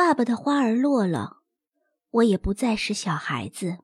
爸爸的花儿落了，我也不再是小孩子。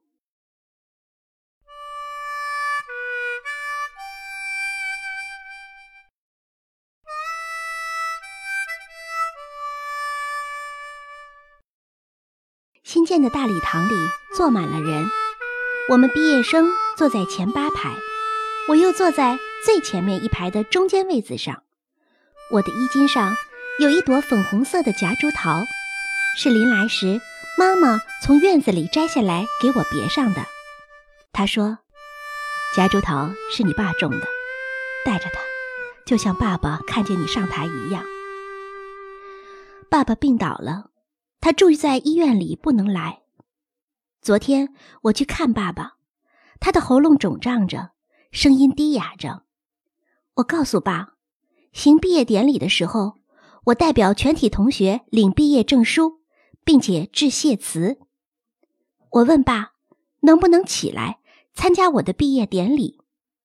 新建的大礼堂里坐满了人，我们毕业生坐在前8排，我又坐在最前面一排的中间位子上。我的衣襟上有一朵粉红色的夹竹桃，是临来时妈妈从院子里摘下来给我别上的。她说，夹竹桃是你爸种的，带着它，就像爸爸看见你上台一样。爸爸病倒了，他住在医院里不能来。昨天我去看爸爸，他的喉咙肿胀着，声音低哑着。我告诉爸，行毕业典礼的时候，我代表全体同学领毕业证书，并且致谢词。我问爸，能不能起来参加我的毕业典礼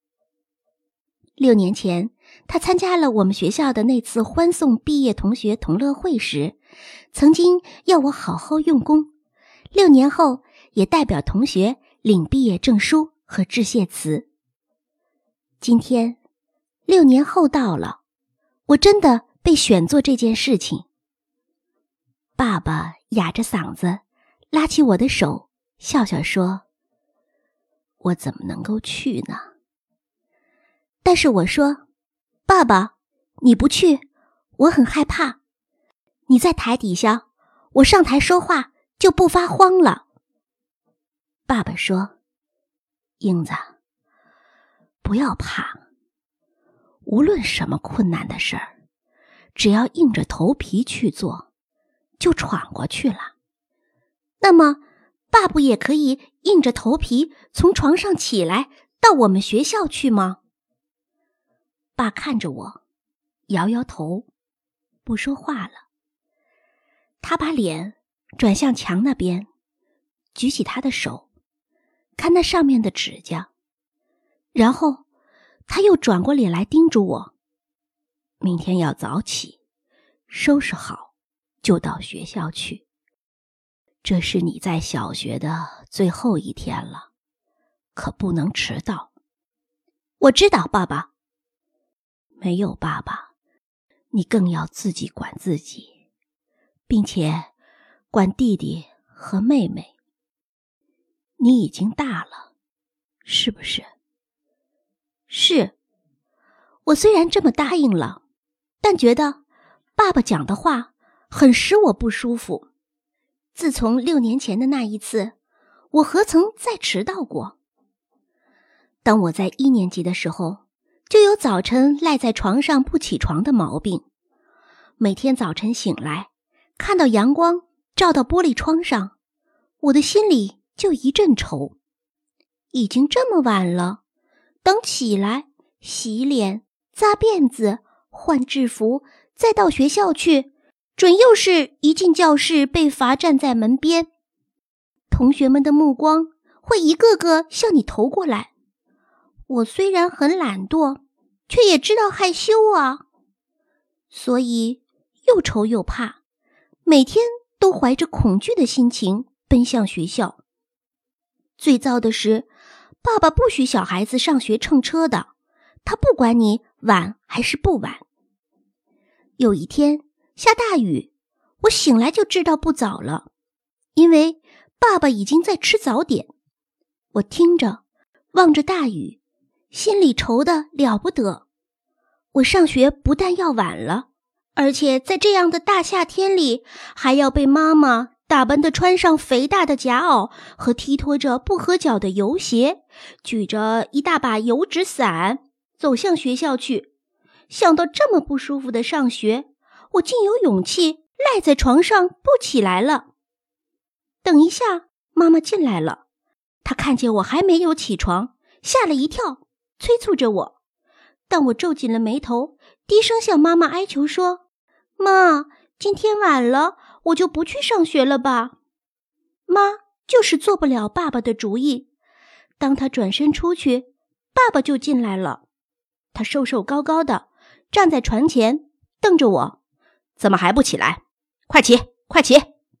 ？6年前，他参加了我们学校的那次欢送毕业同学同乐会时，曾经要我好好用功。6年后，也代表同学领毕业证书和致谢词。今天6年后到了，我真的被选做这件事情。爸爸哑着嗓子拉起我的手，笑笑说，我怎么能够去呢？但是我说，爸爸，你不去，我很害怕。你在台底下，我上台说话就不发慌了。爸爸说，英子，不要怕，无论什么困难的事儿，只要硬着头皮去做，就闯过去了。那么，爸不也可以硬着头皮从床上起来到我们学校去吗？爸看着我，摇摇头，不说话了。他把脸转向墙那边，举起他的手，看那上面的指甲，然后他又转过脸来叮嘱我，明天要早起，收拾好就到学校去。这是你在小学的最后一天了，可不能迟到。我知道，爸爸。没有爸爸，你更要自己管自己，并且管弟弟和妹妹。你已经大了，是不是？是。我虽然这么答应了，但觉得爸爸讲的话很使我不舒服。自从6年前的那一次，我何曾再迟到过？当我在1年级的时候，就有早晨赖在床上不起床的毛病。每天早晨醒来，看到阳光照到玻璃窗上，我的心里就一阵愁。已经这么晚了，等起来洗脸扎辫子换制服再到学校去，准又是一进教室被罚站在门边。同学们的目光会一个个向你投过来。我虽然很懒惰，却也知道害羞啊，所以又愁又怕，每天都怀着恐惧的心情奔向学校。最糟的是，爸爸不许小孩子上学乘车的，他不管你晚还是不晚。有一天下大雨，我醒来就知道不早了，因为爸爸已经在吃早点。我听着，望着大雨，心里愁得了不得。我上学不但要晚了，而且在这样的大夏天里，还要被妈妈打扮得穿上肥大的夹袄和踢拖着不合脚的油鞋，举着一大把油纸伞走向学校去。想到这么不舒服的上学，我竟有勇气赖在床上不起来了。等一下，妈妈进来了，她看见我还没有起床，吓了一跳，催促着我。但我皱紧了眉头，低声向妈妈哀求说，妈，今天晚了，我就不去上学了吧。妈就是做不了爸爸的主意。当她转身出去，爸爸就进来了。他瘦瘦高高的，站在船前，瞪着我，怎么还不起来？快起，快起！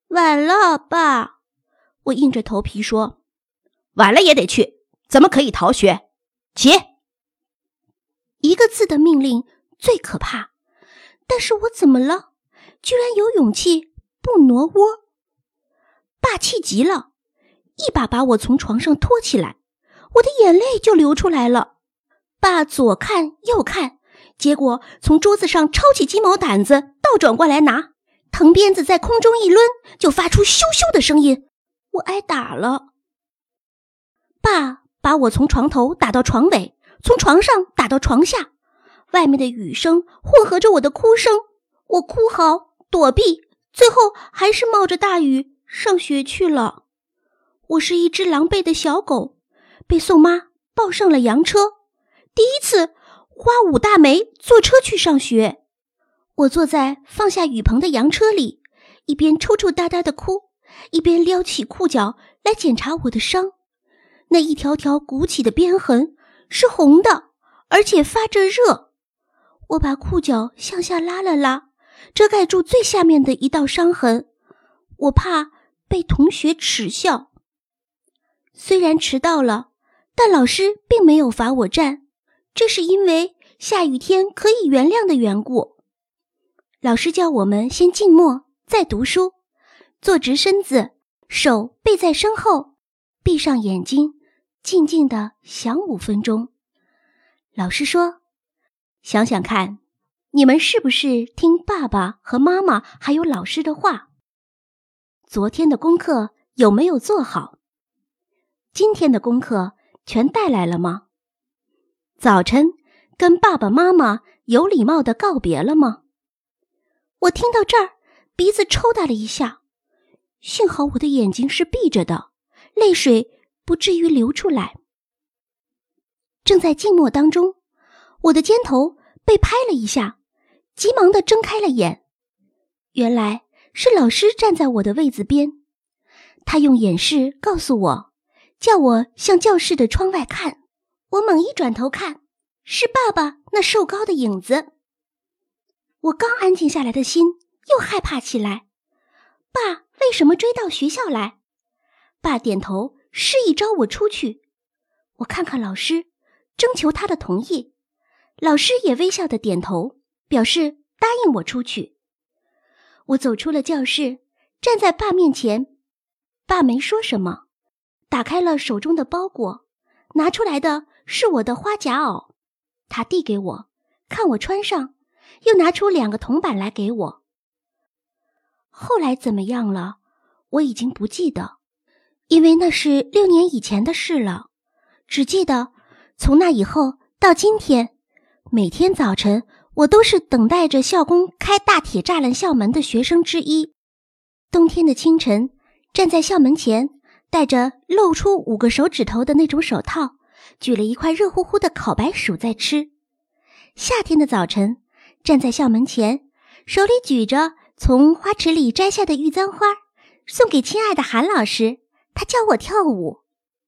晚了，爸。我硬着头皮说。 晚了也得去，怎么可以逃学？起！ 一个字的命令最可怕，但是我怎么了？居然有勇气不挪窝。爸气极了，一把把我从床上拖起来，我的眼泪就流出来了。爸左看右看，结果从桌子上抄起鸡毛掸子倒转过来拿，藤鞭子在空中一抡，就发出咻咻的声音，我挨打了。爸把我从床头打到床尾，从床上打到床下，外面的雨声混合着我的哭声，我哭嚎躲避，最后还是冒着大雨上学去了。我是一只狼狈的小狗，被宋妈抱上了洋车，第一次花5大枚坐车去上学。我坐在放下雨棚的洋车里，一边抽抽搭搭地哭，一边撩起裤脚来检查我的伤。那一条条鼓起的鞭痕是红的，而且发着热。我把裤脚向下拉了拉，遮盖住最下面的一道伤痕，我怕被同学耻笑。虽然迟到了，但老师并没有罚我站，这是因为下雨天可以原谅的缘故。老师叫我们先静默，再读书，坐直身子，手背在身后，闭上眼睛，静静地想5分钟。老师说，想想看，你们是不是听爸爸和妈妈还有老师的话？昨天的功课有没有做好？今天的功课全带来了吗？早晨跟爸爸妈妈有礼貌地告别了吗？我听到这儿，鼻子抽打了一下，幸好我的眼睛是闭着的，泪水不至于流出来。正在静默当中，我的肩头被拍了一下，急忙地睁开了眼。原来是老师站在我的位子边，他用眼示告诉我，叫我向教室的窗外看。我猛一转头看，是爸爸那瘦高的影子。我刚安静下来的心又害怕起来，爸为什么追到学校来？爸点头示意招我出去。我看看老师，征求他的同意，老师也微笑地点头，表示答应我出去。我走出了教室，站在爸面前，爸没说什么，打开了手中的包裹，拿出来的是我的花夹袄，他递给我，看我穿上，又拿出2个铜板来给我。后来怎么样了，我已经不记得，因为那是6年以前的事了，只记得从那以后到今天，每天早晨我都是等待着校工开大铁栅栏校门的学生之一。冬天的清晨，站在校门前，戴着露出5个手指头的那种手套，举了一块热乎乎的烤白薯在吃。夏天的早晨，站在校门前，手里举着从花池里摘下的玉簪花，送给亲爱的韩老师，他教我跳舞。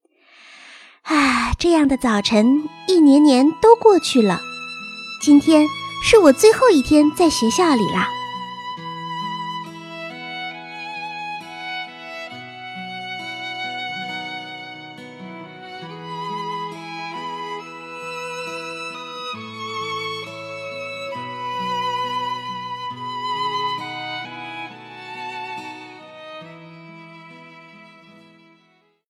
这样的早晨一年年都过去了，今天是我最后一天在学校里啦。